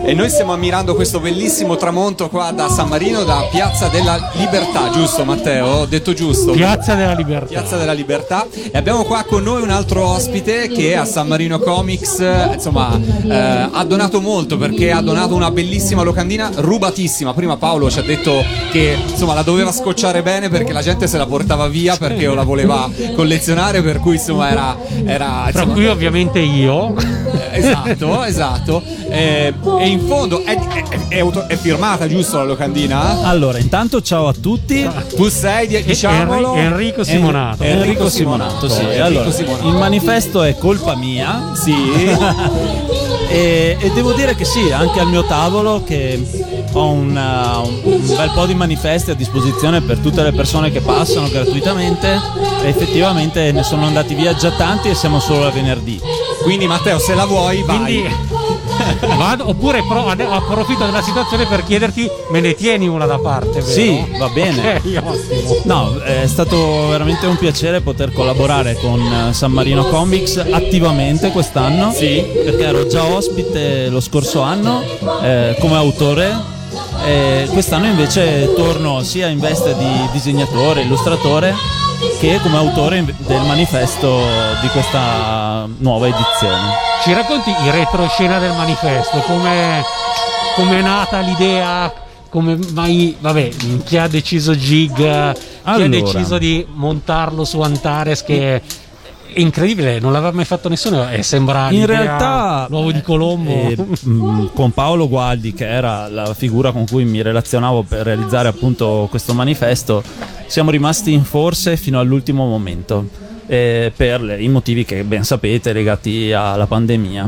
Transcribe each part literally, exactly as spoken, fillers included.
E noi stiamo ammirando questo bellissimo tramonto qua da San Marino, da Piazza della Libertà, giusto Matteo? Ho detto giusto? Piazza della Libertà. Piazza della Libertà. E abbiamo qua con noi un altro ospite che a San Marino Comics, insomma, eh, ha donato molto, perché ha donato una bellissima locandina rubatissima. Prima Paolo ci ha detto che insomma la doveva scocciare bene perché la gente se la portava via perché la voleva collezionare, per cui insomma era, era insomma, tra cui ovviamente io. Esatto, esatto. Eh, e in fondo è, è, è, auto, è firmata, giusto, la locandina? Allora, intanto ciao a tutti. Tu sei, diciamolo, Enrico Simonato. Enrico, Enrico Simonato, sì. Enrico allora, Simonato. Il manifesto è colpa mia, sì. e, e devo dire che sì, anche al mio tavolo che ho una, un bel po' di manifesti a disposizione per tutte le persone che passano gratuitamente, e effettivamente ne sono andati via già tanti e siamo solo a venerdì. Quindi Matteo, se la vuoi, vai. Quindi, vado, oppure pro, approfitto della situazione per chiederti, me ne tieni una da parte, vero? Sì, va bene. Okay, ottimo. No, è stato veramente un piacere poter collaborare con San Marino Comics attivamente quest'anno. Sì. Perché ero già ospite lo scorso anno eh, come autore. E quest'anno invece torno sia in veste di disegnatore, illustratore, che come autore del manifesto di questa nuova edizione. Ci racconti il retroscena del manifesto? Come è nata l'idea? Come mai, vabbè, chi ha deciso Gig? Chi allora. ha deciso di montarlo su Antares, che è incredibile, non l'aveva mai fatto nessuno, e sembra in realtà l'uovo di Colombo. eh, mh, con Paolo Gualdi, che era la figura con cui mi relazionavo per realizzare appunto questo manifesto, siamo rimasti in forse fino all'ultimo momento, eh, per i motivi che ben sapete legati alla pandemia,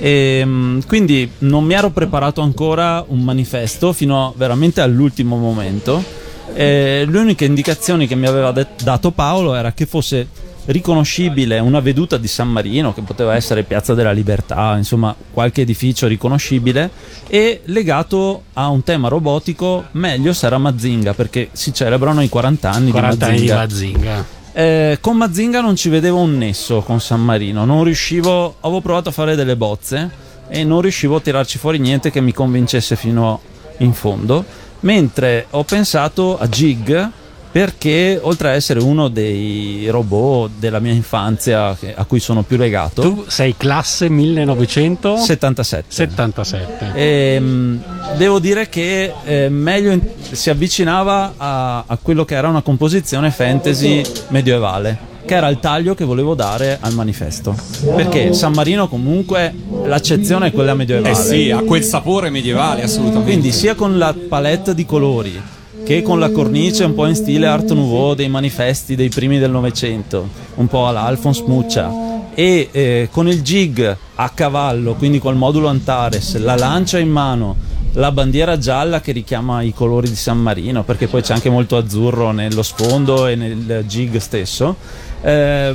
e mh, quindi non mi ero preparato ancora un manifesto fino veramente all'ultimo momento. Eh, le uniche indicazioni che mi aveva de- dato Paolo era che fosse riconoscibile una veduta di San Marino, che poteva essere Piazza della Libertà, insomma qualche edificio riconoscibile, e legato a un tema robotico, meglio se era Mazinga, perché si celebrano i quaranta anni quaranta di Mazinga. Anni di Mazinga. Eh, con Mazinga non ci vedevo un nesso con San Marino, non riuscivo, avevo provato a fare delle bozze e non riuscivo a tirarci fuori niente che mi convincesse fino in fondo, mentre ho pensato a Gig, perché oltre a essere uno dei robot della mia infanzia a cui sono più legato. Tu sei classe millenovecentosettantasette. settantasette. E, mh, devo dire che eh, meglio in- si avvicinava a, a quello che era una composizione fantasy medievale, che era il taglio che volevo dare al manifesto, perché San Marino comunque l'accezione è quella medievale. Eh sì, ha quel sapore medievale, assolutamente. Quindi sia con la palette di colori che con la cornice un po' in stile Art Nouveau dei manifesti dei primi del Novecento, un po' alla Alphonse Mucha, e eh, con il Gig a cavallo, quindi col modulo Antares, la lancia in mano, la bandiera gialla che richiama i colori di San Marino, perché poi c'è anche molto azzurro nello sfondo e nel Gig stesso. Eh,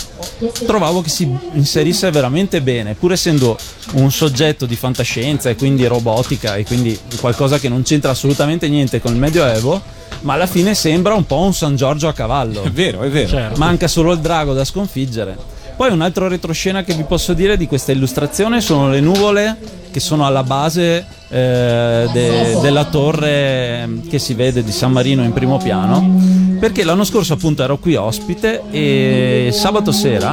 trovavo che si inserisse veramente bene, pur essendo un soggetto di fantascienza e quindi robotica, e quindi qualcosa che non c'entra assolutamente niente con il Medioevo, ma alla fine sembra un po' un San Giorgio a cavallo. È vero, è vero. Certo. Manca solo il drago da sconfiggere. Poi un altro retroscena che vi posso dire di questa illustrazione sono le nuvole che sono alla base eh, de- della torre che si vede di San Marino in primo piano, perché l'anno scorso appunto ero qui ospite e sabato sera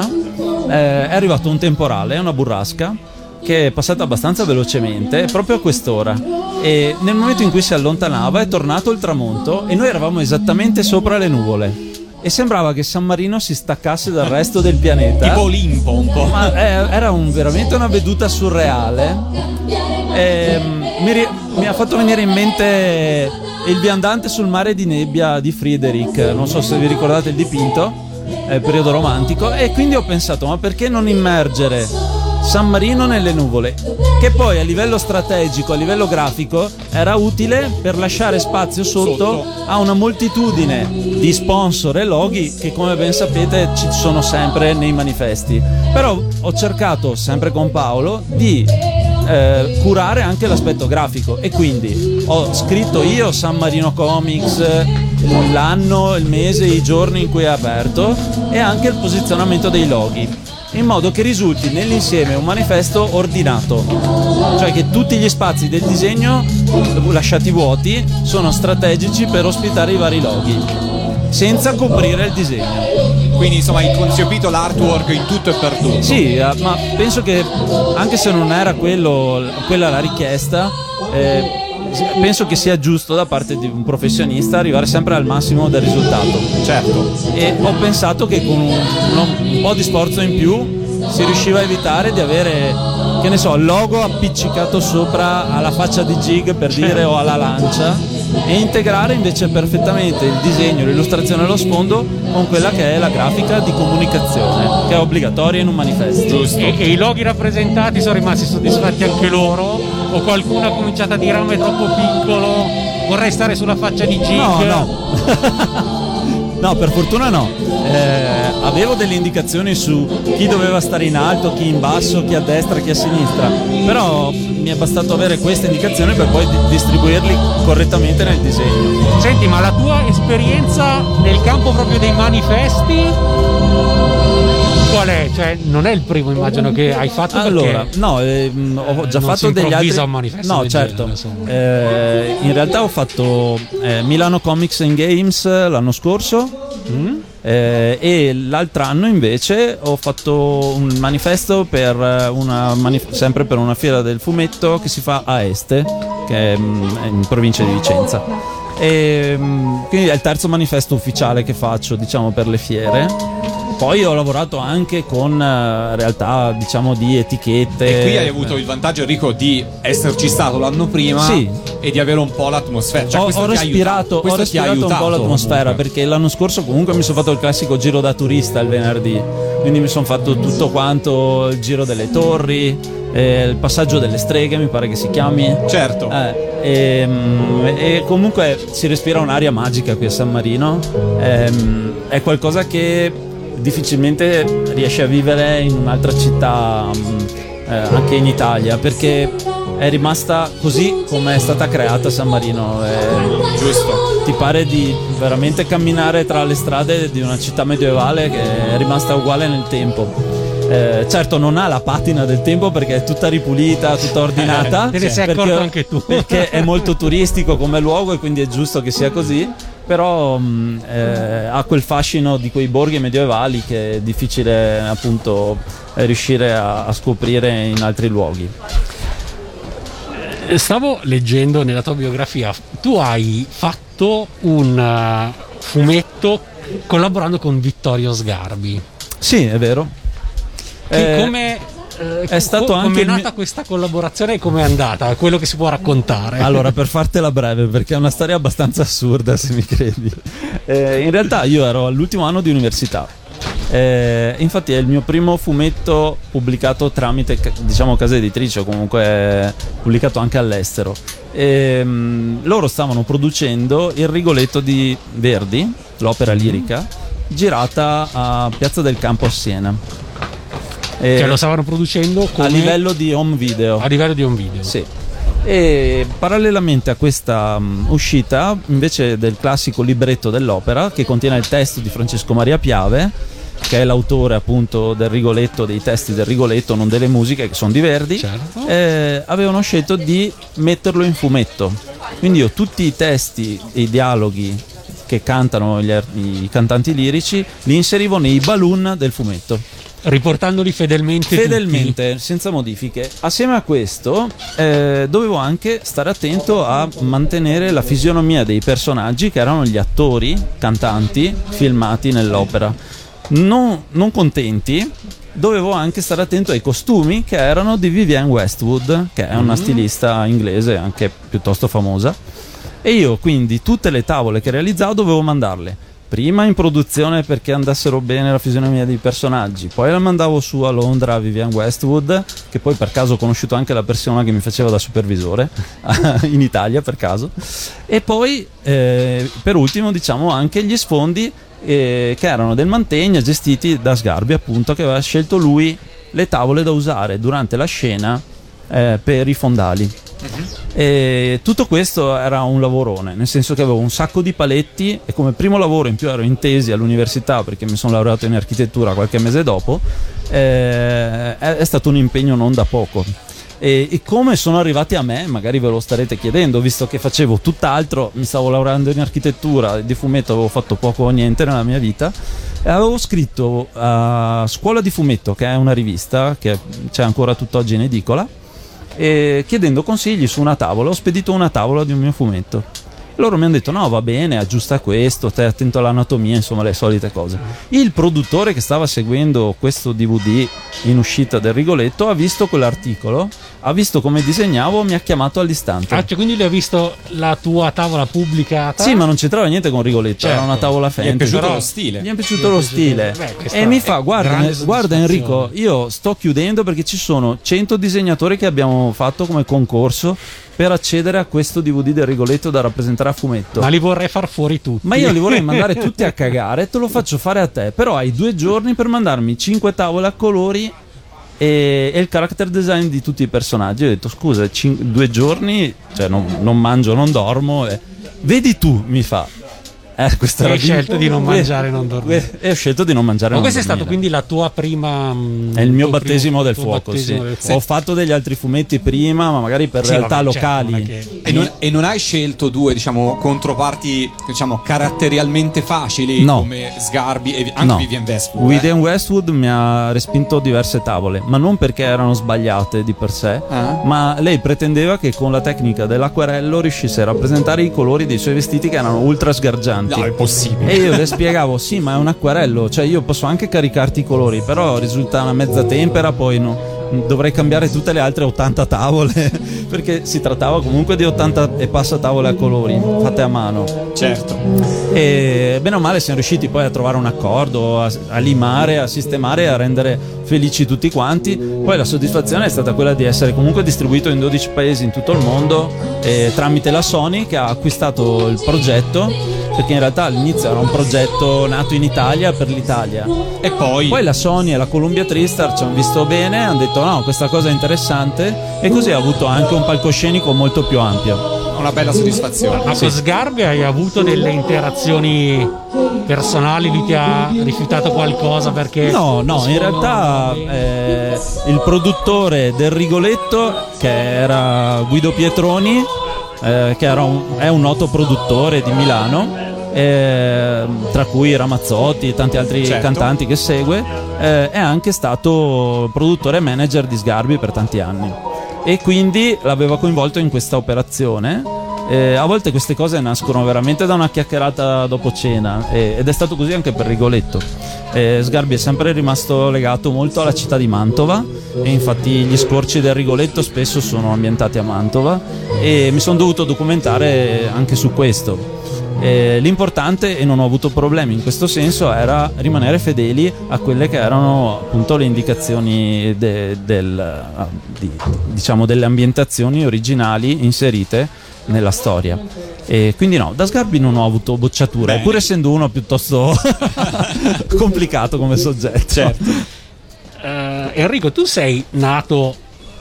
eh, è arrivato un temporale, una burrasca che è passata abbastanza velocemente proprio a quest'ora, e nel momento in cui si allontanava è tornato il tramonto e noi eravamo esattamente sopra le nuvole e sembrava che San Marino si staccasse dal resto del pianeta, tipo Olimpo un po'. ma eh, era un, veramente una veduta surreale. E, mi, ri- mi ha fatto venire in mente Il viandante sul mare di nebbia di Friedrich, non so se vi ricordate il dipinto, è periodo romantico, e quindi ho pensato, ma perché non immergere San Marino nelle nuvole, che poi a livello strategico, a livello grafico era utile per lasciare spazio sotto a una moltitudine di sponsor e loghi che, come ben sapete, ci sono sempre nei manifesti. Però ho cercato, sempre con Paolo, di eh, curare anche l'aspetto grafico, e quindi ho scritto io San Marino Comics, l'anno, il mese, i giorni in cui è aperto, e anche il posizionamento dei loghi. in modo che risulti nell'insieme un manifesto ordinato, cioè che tutti gli spazi del disegno lasciati vuoti sono strategici per ospitare i vari loghi, senza coprire il disegno. Quindi insomma hai concepito l'artwork in tutto e per tutto. Sì, eh, ma penso che anche se non era quello, quella la richiesta, eh, penso che sia giusto da parte di un professionista arrivare sempre al massimo del risultato. Certo. E ho pensato che con un, un, un po' di sforzo in più si riusciva a evitare di avere, che ne so, il logo appiccicato sopra alla faccia di Gig, per dire, o alla lancia, e integrare invece perfettamente il disegno, l'illustrazione e lo sfondo con quella che è la grafica di comunicazione, che è obbligatoria in un manifesto. Giusto. E, e i loghi rappresentati sono rimasti soddisfatti anche loro? O qualcuno ha cominciato a dire: ah, ma è troppo piccolo, vorrei stare sulla faccia di Gig? No, no. No, per fortuna no. Eh, avevo delle indicazioni su chi doveva stare in alto, chi in basso, chi a destra, chi a sinistra, però mi è bastato avere queste indicazioni per poi di- distribuirli correttamente nel disegno. Senti, ma la tua esperienza nel campo proprio dei manifesti qual è? Cioè, non è il primo, immagino, che hai fatto. Allora, perché no, eh, mh, ho già non fatto si degli improvvisa altri. un manifesto No, del certo. genere, insomma. Eh, in realtà ho fatto eh, Milano Comics and Games l'anno scorso. Mm? Eh, e l'altro anno invece ho fatto un manifesto per una manif- sempre per una fiera del fumetto che si fa a Este, che è mh, è in provincia di Vicenza. E, mh, quindi è il terzo manifesto ufficiale che faccio, diciamo, per le fiere. Poi ho lavorato anche con uh, realtà, diciamo, di etichette. E qui hai avuto il vantaggio, Enrico, di esserci stato l'anno prima, sì, e di avere un po' l'atmosfera. Cioè, ho, ho respirato, ho respirato un po' l'atmosfera, comunque, perché l'anno scorso comunque mi sono fatto il classico giro da turista il venerdì, quindi mi sono fatto tutto quanto il giro delle torri, eh, il passaggio delle streghe, mi pare che si chiami. Certo. Eh, e, e comunque si respira un'aria magica qui a San Marino. Eh, è qualcosa che difficilmente riesce a vivere in un'altra città, eh, anche in Italia, perché è rimasta così come è stata creata San Marino. Eh, Giusto. Ti pare di veramente camminare tra le strade di una città medievale che è rimasta uguale nel tempo. Eh, certo non ha la patina del tempo perché è tutta ripulita, tutta ordinata. Te ne sei perché, accorto anche tu. Perché è molto turistico come luogo e quindi è giusto che sia così. Però mh, eh, ha quel fascino di quei borghi medievali che è difficile appunto riuscire a, a scoprire in altri luoghi. Stavo leggendo nella tua biografia, tu hai fatto un uh, fumetto collaborando con Vittorio Sgarbi. Sì, è vero. Che Eh, come eh, è stato co- anche come è il mio- nata questa collaborazione e come è andata? Quello che si può raccontare. Allora, per fartela breve, perché è una storia abbastanza assurda, se mi credi. Eh, in realtà io ero all'ultimo anno di università. Eh, infatti è il mio primo fumetto pubblicato tramite, diciamo, casa editrice, o comunque pubblicato anche all'estero. E, mh, loro stavano producendo Il Rigoletto di Verdi, l'opera lirica, girata a Piazza del Campo a Siena. E Che lo stavano producendo come... a livello di home video. a livello di un video. Sì. E parallelamente a questa um, uscita, invece del classico libretto dell'opera, che contiene il testo di Francesco Maria Piave, che è l'autore appunto del Rigoletto, dei testi del Rigoletto, non delle musiche, che sono di Verdi, Certo. eh, avevano scelto di metterlo in fumetto. Quindi io tutti i testi e i dialoghi che cantano gli ar- i cantanti lirici li inserivo nei balloon del fumetto. Riportandoli fedelmente Fedelmente, senza modifiche. Assieme a questo eh, dovevo anche stare attento a mantenere la fisionomia dei personaggi, che erano gli attori cantanti filmati nell'opera. Non, non contenti, dovevo anche stare attento ai costumi, che erano di Vivienne Westwood, che è una stilista inglese anche piuttosto famosa. E io quindi tutte le tavole che realizzavo dovevo mandarle prima in produzione perché andassero bene la fisionomia dei personaggi, poi la mandavo su a Londra a Vivienne Westwood, che poi per caso ho conosciuto anche la persona che mi faceva da supervisore in Italia per caso, e poi eh, per ultimo diciamo anche gli sfondi eh, che erano del Mantegna, gestiti da Sgarbi appunto, che aveva scelto lui le tavole da usare durante la scena eh, per i fondali. E tutto questo era un lavorone, nel senso che avevo un sacco di paletti e come primo lavoro in più ero in tesi all'università perché mi sono laureato in architettura qualche mese dopo, eh, è, è stato un impegno non da poco. E, e come sono arrivati a me, magari ve lo starete chiedendo, visto che facevo tutt'altro, mi stavo laureando in architettura, di fumetto avevo fatto poco o niente nella mia vita, e avevo scritto a Scuola di Fumetto, che è una rivista che c'è ancora tutt'oggi in edicola, e chiedendo consigli su una tavola. Ho spedito una tavola di un mio fumetto. Loro mi hanno detto no, va bene, aggiusta questo, stai attento all'anatomia, insomma le solite cose. Il produttore che stava seguendo questo D V D in uscita del Rigoletto ha visto quell'articolo, ha visto come disegnavo, mi ha chiamato all'istante. Ah, cioè, quindi lui ha visto la tua tavola pubblicata? Sì, ma non c'entrava niente con Rigoletto, certo. Era una tavola fantasy. Gli è piaciuto però lo stile. Gli è piaciuto lo stile. Beh, e mi fa, guarda, guarda Enrico, soddisfazione. io sto chiudendo perché ci sono cento disegnatori che abbiamo fatto come concorso per accedere a questo D V D del Rigoletto da rappresentare a fumetto. Ma li vorrei far fuori tutti. Ma io li vorrei mandare tutti a cagare, te lo faccio fare a te, però hai due giorni per mandarmi cinque tavole a colori e, e il character design di tutti i personaggi. Io ho detto scusa, cin- due giorni, cioè non, non mangio, non dormo, e... vedi tu, mi fa. Eh, questa E era hai di- scelto di non Eh, mangiare e non dormire. E ho scelto di non mangiare e Ma non questo è stato dormire. quindi la tua prima. mh, È il mio tuo battesimo primo- del tuo fuoco, battesimo sì. del fuoco. Ho fatto degli altri fumetti prima, ma magari per Sì, realtà vabbè, certo, locali. non è che- E non, e non hai scelto due, diciamo, controparti, diciamo, caratterialmente facili No. come Sgarbi e anche No. Vivian Westwood. eh? Vivian Westwood mi ha respinto diverse tavole, ma non perché erano sbagliate di per sé, Ah. ma lei pretendeva che con la tecnica dell'acquerello riuscisse a rappresentare i colori dei suoi vestiti che erano ultra sgargianti. No, è possibile. E io le spiegavo, sì, ma è un acquerello, cioè io posso anche caricarti i colori, però risulta una mezza tempera, poi no, dovrei cambiare tutte le altre ottanta tavole, perché si trattava comunque di ottanta e passa tavole a colori, fatte a mano. Certo. E bene o male siamo riusciti poi a trovare un accordo, a, a limare, a sistemare, a rendere felici tutti quanti. Poi la soddisfazione è stata quella di essere comunque distribuito in dodici paesi in tutto il mondo, eh, tramite la Sony che ha acquistato il progetto, perché in realtà all'inizio era un progetto nato in Italia per l'Italia. E poi, Poi la Sony e la Columbia TriStar ci hanno visto bene, hanno detto no, questa cosa è interessante, e così ha avuto anche un palcoscenico molto più ampio. una bella soddisfazione. Ma con Sgarbi hai avuto delle interazioni personali? Lui ti ha rifiutato qualcosa perché. No, no, in realtà eh, il produttore del Rigoletto, che era Guido Pietroni, eh, che era un, è un noto produttore di Milano, eh, tra cui Ramazzotti e tanti altri Certo. cantanti che segue, eh, è anche stato produttore e manager di Sgarbi per tanti anni, e quindi l'aveva coinvolto in questa operazione. Eh, a volte queste cose nascono veramente da una chiacchierata dopo cena, eh, ed è stato così anche per Rigoletto. eh, Sgarbi è sempre rimasto legato molto alla città di Mantova, e infatti gli scorci del Rigoletto spesso sono ambientati a Mantova, e mi sono dovuto documentare anche su questo. Eh, l'importante, e non ho avuto problemi in questo senso, era rimanere fedeli a quelle che erano appunto le indicazioni de- del, di, diciamo delle ambientazioni originali inserite nella storia. E quindi no, da Sgarbi non ho avuto bocciature, Bene. pur essendo uno piuttosto complicato come soggetto. Certo. Eh, Enrico, tu sei nato,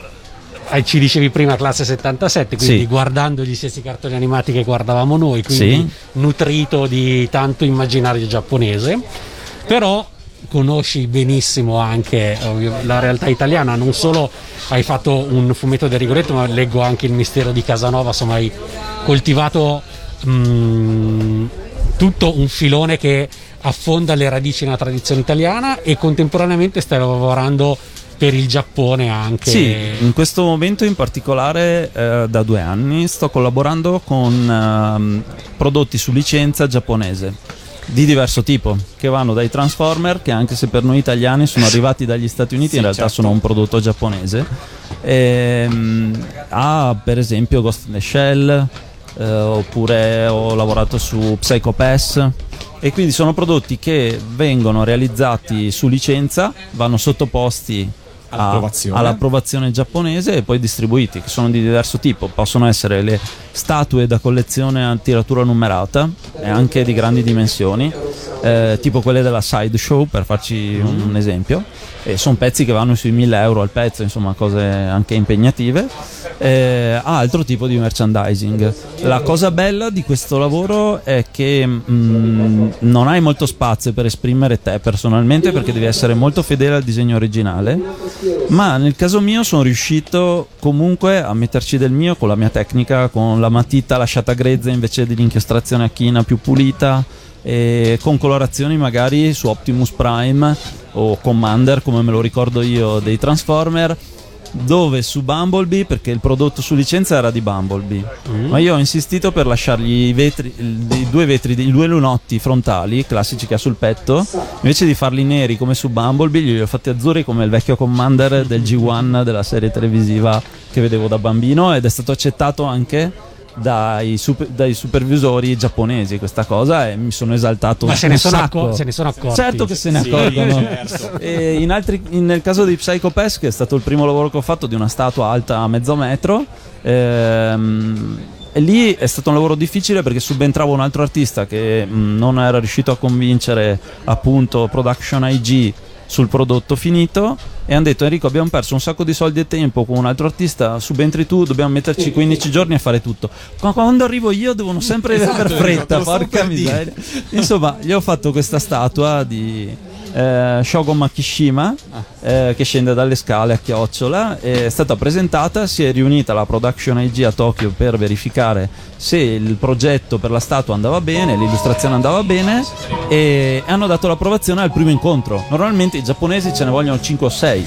eh, ci dicevi prima, classe settantasette, quindi Sì. guardando gli stessi cartoni animati che guardavamo noi, quindi Sì. nutrito di tanto immaginario giapponese, però conosci benissimo anche ovvio, la realtà italiana. Non solo hai fatto un fumetto del Rigoletto, ma leggo anche Il mistero di Casanova, insomma hai coltivato mh, tutto un filone che affonda le radici nella tradizione italiana, e contemporaneamente stai lavorando per il Giappone anche. Sì, in questo momento in particolare, eh, da due anni sto collaborando con ehm, prodotti su licenza giapponese di diverso tipo, che vanno dai Transformer, che anche se per noi italiani sono arrivati dagli Stati Uniti, Sì, in realtà certo. sono un prodotto giapponese, ehm, a per esempio Ghost in the Shell, eh, oppure ho lavorato su Psycho Pass. E quindi sono prodotti che vengono realizzati su licenza, vanno sottoposti a- All'approvazione. all'approvazione giapponese e poi distribuiti, che sono di diverso tipo. Possono essere le statue da collezione a tiratura numerata e anche di grandi dimensioni, eh, tipo quelle della Sideshow, per farci un, un esempio, e sono pezzi che vanno sui mille euro al pezzo, insomma cose anche impegnative. Eh, ha altro tipo di merchandising. La cosa bella di questo lavoro è che mh, non hai molto spazio per esprimere te personalmente, perché devi essere molto fedele al disegno originale, ma nel caso mio sono riuscito comunque a metterci del mio con la mia tecnica, con la matita lasciata grezza invece dell'inchiostrazione a china più pulita, e con colorazioni magari su Optimus Prime o Commander, come me lo ricordo io, dei Transformer, dove su Bumblebee, perché il prodotto su licenza era di Bumblebee, mm. ma io ho insistito per lasciargli i vetri, i due vetri, i due lunotti frontali classici che ha sul petto, invece di farli neri come su Bumblebee, li ho fatti azzurri come il vecchio Commander del G uno della serie televisiva che vedevo da bambino, ed è stato accettato anche dai, super, dai supervisori giapponesi questa cosa, e mi sono esaltato. Ma un, se, ne un sono sacco. acco- se ne sono accorti. Certo che se ne Sì, accorgono. certo. E in altri, in, nel caso di Psycho Pass, che è stato il primo lavoro che ho fatto, di una statua alta a mezzo metro, ehm, e lì è stato un lavoro difficile perché subentrava un altro artista che mh, non era riuscito a convincere appunto Production I G sul prodotto finito, e hanno detto: Enrico, abbiamo perso un sacco di soldi e tempo con un altro artista, subentri tu, dobbiamo metterci quindici giorni a fare tutto. Ma quando arrivo io devono sempre Esatto, per fretta, esatto, porca per miseria. Insomma, gli ho fatto questa statua di eh, Shogo Makishima, eh, che scende dalle scale a chiocciola, è stata presentata, si è riunita la Production I G a Tokyo per verificare se il progetto per la statua andava bene, l'illustrazione andava bene, e hanno dato l'approvazione al primo incontro. Normalmente i giapponesi ce ne vogliono cinque o sei,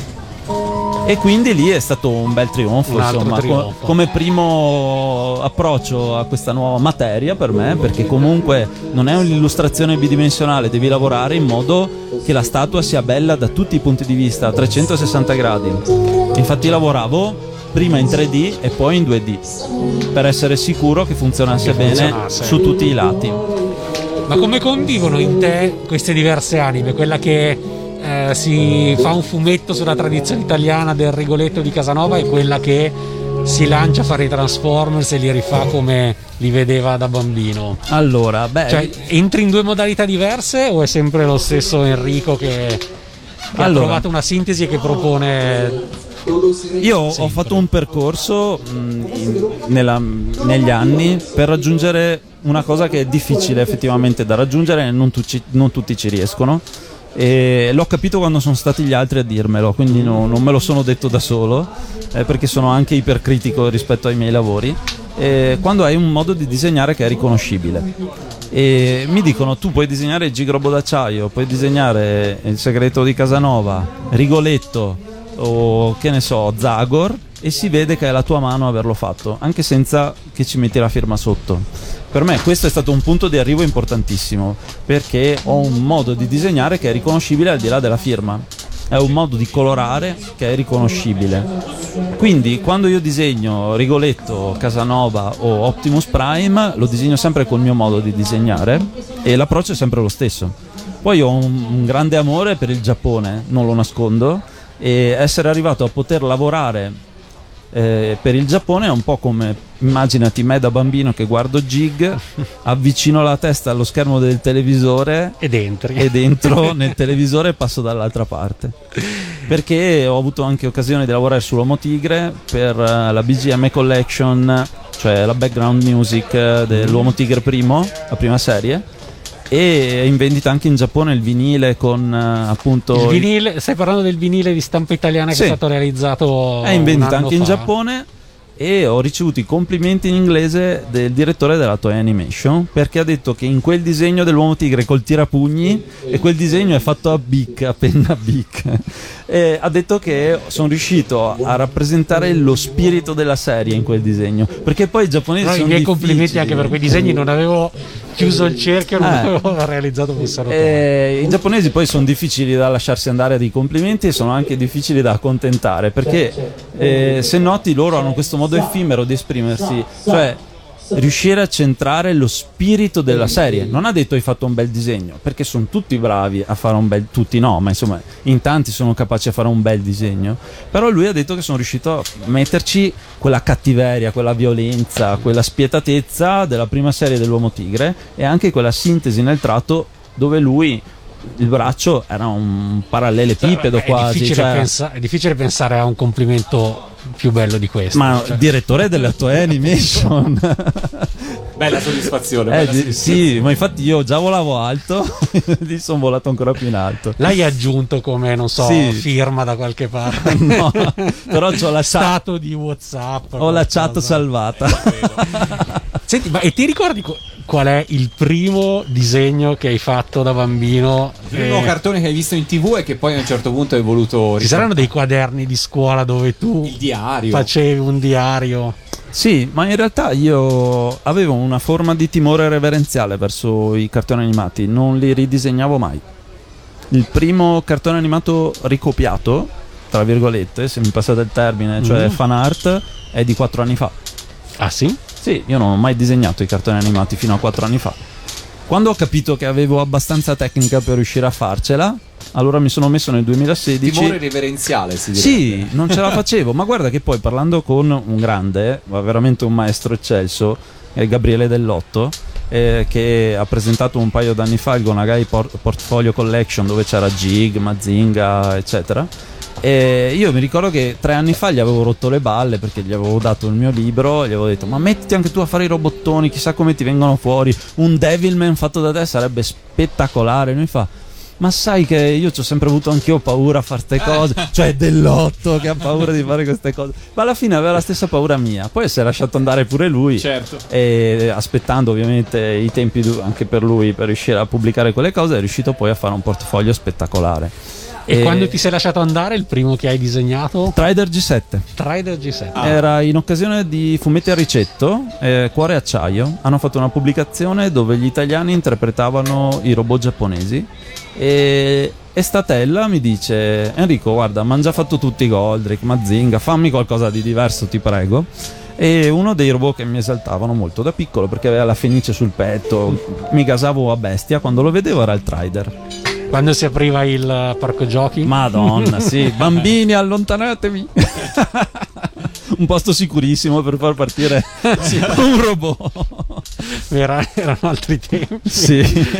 e quindi lì è stato un bel trionfo, Un altro insomma, trionfo. co- come primo approccio a questa nuova materia per me, perché comunque non è un'illustrazione bidimensionale, devi lavorare in modo che la statua sia bella da tutti i punti di vista, a trecentosessanta gradi. Infatti lavoravo prima in tre D e poi in due D per essere sicuro che funzionasse Che bene funzionasse. su tutti i lati. Ma come convivono in te queste diverse anime? Quella che eh, si fa un fumetto sulla tradizione italiana del Rigoletto di Casanova, e quella che si lancia a fare i Transformers e li rifà come li vedeva da bambino. Allora, beh, Cioè, entri in due modalità diverse o è sempre lo stesso Enrico che, che Allora. ha trovato una sintesi e che propone? io ho fatto un percorso mh, in- nella- negli anni per raggiungere una cosa che è difficile effettivamente da raggiungere, e non, tutti- non tutti ci riescono, e l'ho capito quando sono stati gli altri a dirmelo, quindi no- non me lo sono detto da solo, eh, perché sono anche ipercritico rispetto ai miei lavori. E quando hai un modo di disegnare che è riconoscibile, e mi dicono: tu puoi disegnare il Gigrobo d'acciaio, puoi disegnare il segreto di Casanova, Rigoletto o che ne so, Zagor, e si vede che è la tua mano averlo fatto, anche senza che ci metti la firma sotto. Per me questo è stato un punto di arrivo importantissimo, perché ho un modo di disegnare che è riconoscibile al di là della firma, è un modo di colorare che è riconoscibile. Quindi quando io disegno Rigoletto, Casanova o Optimus Prime, lo disegno sempre col mio modo di disegnare, e l'approccio è sempre lo stesso. Poi ho un, un grande amore per il Giappone, non lo nascondo, e essere arrivato a poter lavorare eh, per il Giappone è un po' come, immaginati me da bambino che guardo Jig, avvicino la testa allo schermo del televisore Ed entri. e dentro nel televisore passo dall'altra parte, perché ho avuto anche occasione di lavorare sull'Uomo Tigre per eh, la B G M Collection, cioè la background music eh, dell'Uomo Tigre primo, la prima serie, e è in vendita anche in Giappone il vinile con eh, appunto Il vinile, stai parlando del vinile di stampa italiana che Sì. è stato realizzato è in un vendita anno anche in fa. Giappone, e ho ricevuto i complimenti in inglese del direttore della Toei Animation, perché ha detto che in quel disegno dell'Uomo Tigre col tirapugni, e quel disegno è fatto a bic, a penna bic, e ha detto che sono riuscito a rappresentare lo spirito della serie in quel disegno, perché poi i giapponesi No, i sono miei difficili. complimenti anche per quei disegni, non avevo chiuso il cerchio, non Eh. avevo realizzato fossero Eh, I giapponesi poi sono difficili da lasciarsi andare a dei complimenti, e sono anche difficili da accontentare, perché eh, se noti loro hanno questo modo effimero di esprimersi, cioè riuscire a centrare lo spirito della serie. Non ha detto hai fatto un bel disegno, perché sono tutti bravi a fare un bel, tutti no, ma insomma in tanti sono capaci a fare un bel disegno, però lui ha detto che sono riuscito a metterci quella cattiveria, quella violenza, quella spietatezza della prima serie dell'Uomo Tigre, e anche quella sintesi nel tratto dove lui il braccio era un parallelepipedo, è quasi, difficile, cioè... pensa- è difficile pensare a un complimento più bello di questo, ma cioè. Direttore della Toei Animation. Bella soddisfazione, Eh, bella di- soddisfazione. sì, ma infatti io già volavo alto, lì sono volato ancora più in alto. L'hai aggiunto come, non so, Sì. firma da qualche parte? No, però c'ho la chat, Stato di WhatsApp. ho la qualcosa. chat salvata. Senti, ma e ti ricordi qu- qual è il primo disegno che hai fatto da bambino? Il primo Eh, cartone che hai visto in tv e che poi a un certo punto hai voluto Ci saranno dei quaderni di scuola dove tu il diario. facevi un diario? Sì, ma in realtà io avevo una forma di timore reverenziale verso i cartoni animati, non li ridisegnavo mai. Il primo cartone animato ricopiato, tra virgolette, se mi passate il termine, cioè Mm. fan art, è di quattro anni fa. Ah sì? Sì, io non ho mai disegnato i cartoni animati fino a quattro anni fa. Quando ho capito che avevo abbastanza tecnica per riuscire a farcela, allora mi sono messo nel duemilasedici. Timore reverenziale, si direbbe. Sì, non ce la facevo, ma guarda che poi parlando con un grande, ma veramente un maestro eccelso, è Gabriele Dell'Otto, eh, che ha presentato un paio d'anni fa il Gonagai Por- Portfolio Collection, dove c'era Jig, Mazinga, eccetera. E io mi ricordo che tre anni fa gli avevo rotto le balle perché gli avevo dato il mio libro e gli avevo detto: ma mettiti anche tu a fare i robottoni, chissà come ti vengono fuori, un Devilman fatto da te sarebbe spettacolare. E lui fa: ma sai che io ci ho sempre avuto anch'io paura a fare queste cose, cioè Dell'Otto che ha paura di fare queste cose, ma alla fine aveva la stessa paura mia. Poi si è lasciato andare pure lui, Certo. e aspettando ovviamente i tempi du- anche per lui per riuscire a pubblicare quelle cose è riuscito poi a fare un portfolio spettacolare. E, quando ti sei lasciato andare, il primo che hai disegnato? Trider G sette Trider G sette. Ah. era in occasione di Fumetti a Ricetto, eh, Cuore e Acciaio. Hanno fatto una pubblicazione dove gli italiani interpretavano i robot giapponesi e, e Statella mi dice: Enrico, guarda, mi hanno già fatto tutti i Goldrick, Mazinga, fammi qualcosa di diverso, ti prego. E uno dei robot che mi esaltavano molto da piccolo, perché aveva la fenice sul petto, mi gasavo a bestia quando lo vedevo, era il Trider. Quando si apriva il parco giochi? Madonna, sì, bambini, allontanatevi. Un posto sicurissimo per far partire un robot. Era- erano altri tempi. Sì.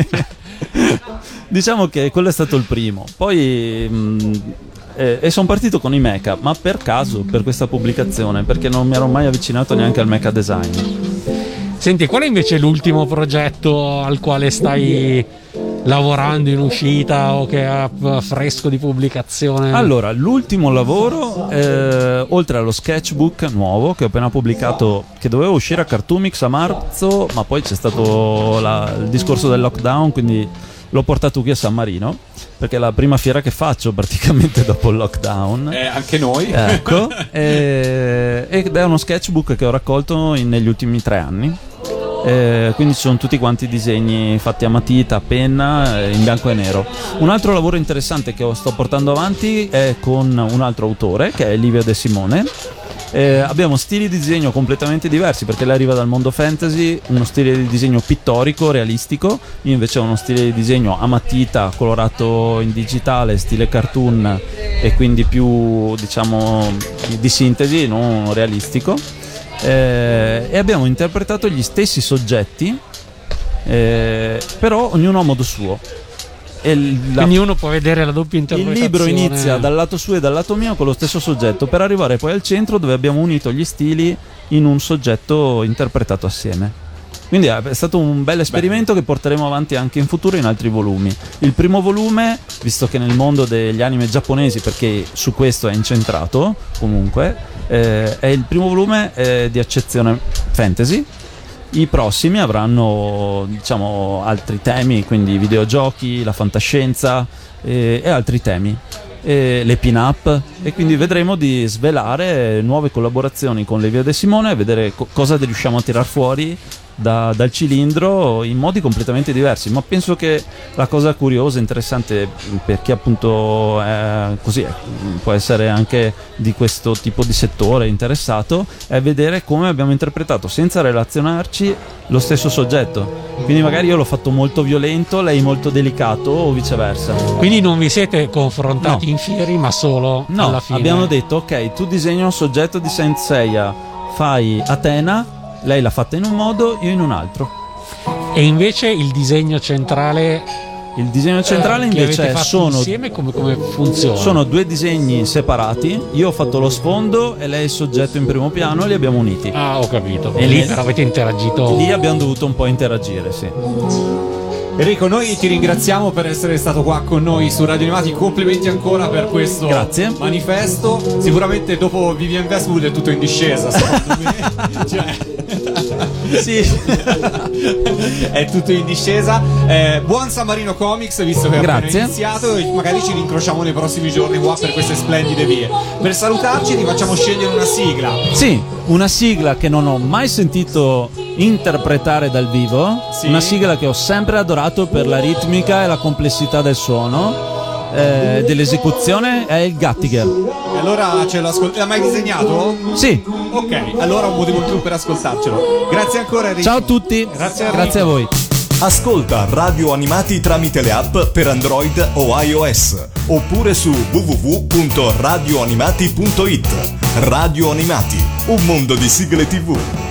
Diciamo che quello è stato il primo. Poi mh, eh, e sono partito con i mecha, ma per caso, per questa pubblicazione, perché non mi ero mai avvicinato neanche al mecha design. Senti, qual è invece l'ultimo progetto al quale stai lavorando in uscita o che è fresco di pubblicazione? Allora, l'ultimo lavoro, eh, oltre allo sketchbook nuovo che ho appena pubblicato, che doveva uscire a Cartoomix a marzo, ma poi c'è stato la- il discorso del lockdown, quindi l'ho portato qui a San Marino, perché è la prima fiera che faccio praticamente dopo il lockdown. Eh, anche noi. Ecco, e- ed è uno sketchbook che ho raccolto in- negli ultimi tre anni. Eh, quindi ci sono tutti quanti disegni fatti a matita, a penna, eh, in bianco e nero. Un altro lavoro interessante che sto portando avanti è con un altro autore, che è Livio De Simone. Eh, abbiamo stili di disegno completamente diversi, perché lei arriva dal mondo fantasy, uno stile di disegno pittorico, realistico. Io invece ho uno stile di disegno a matita, colorato in digitale, stile cartoon, e quindi più, diciamo, di sintesi, non realistico. Eh, e abbiamo interpretato gli stessi soggetti, eh, però ognuno a modo suo. E il- la- Quindi uno può vedere la doppia il interpretazione. libro inizia dal lato suo e dal lato mio con lo stesso soggetto, per arrivare poi al centro dove abbiamo unito gli stili in un soggetto interpretato assieme. Quindi è stato un bel esperimento che porteremo avanti anche in futuro in altri volumi. Il primo volume, visto che nel mondo degli anime giapponesi, perché su questo è incentrato comunque, eh, è il primo volume eh, di accezione fantasy. I prossimi avranno, diciamo, altri temi, quindi videogiochi, la fantascienza eh, e altri temi, e le pin-up, e quindi vedremo di svelare nuove collaborazioni con Livio De Simone e vedere co- cosa riusciamo a tirar fuori da- dal cilindro in modi completamente diversi. Ma penso che la cosa curiosa, interessante per chi appunto è così, è- può essere anche di questo tipo di settore interessato, è vedere come abbiamo interpretato senza relazionarci lo stesso soggetto. Quindi magari io l'ho fatto molto violento, lei molto delicato, o viceversa. Quindi non vi siete confrontati No. in fieri, ma solo No, alla fine. abbiamo detto: ok, tu disegni un soggetto di Saint Seiya, fai Atena, lei l'ha fatta in un modo, io in un altro. E invece il disegno centrale Il disegno centrale Che invece avete fatto sono, insieme come, come funziona? sono due disegni separati. Io ho fatto lo sfondo e lei il soggetto in primo piano e li abbiamo uniti. Ah, ho capito. E E lì lì- però avete interagito. Lì abbiamo dovuto un po' interagire, sì. Enrico, noi ti ringraziamo per essere stato qua con noi su Radio Animati. Complimenti ancora per questo Grazie. manifesto. Sicuramente dopo Vivian Westwood è tutto in discesa, secondo me. Cioè, Sì. è tutto in discesa. Eh, buon San Marino Comics, visto che è appena Grazie. iniziato, e magari ci rincrociamo nei prossimi giorni qua per queste splendide vie. Per salutarci ti facciamo scegliere una sigla. Sì, una sigla che non ho mai sentito interpretare dal vivo, Sì. una sigla che ho sempre adorato per la ritmica e la complessità del suono, eh, dell'esecuzione, è il Gattiger. E allora ce lo ascoltiamo. L'ha mai disegnato? Sì, Ok, allora un motivo in più per ascoltarcelo. Grazie ancora Enrico. ciao a tutti, Grazie a grazie a voi. Ascolta Radio Animati tramite le app per Android o iOS oppure su w w w punto radio animati punto it. Radio Animati, un mondo di sigle tivù.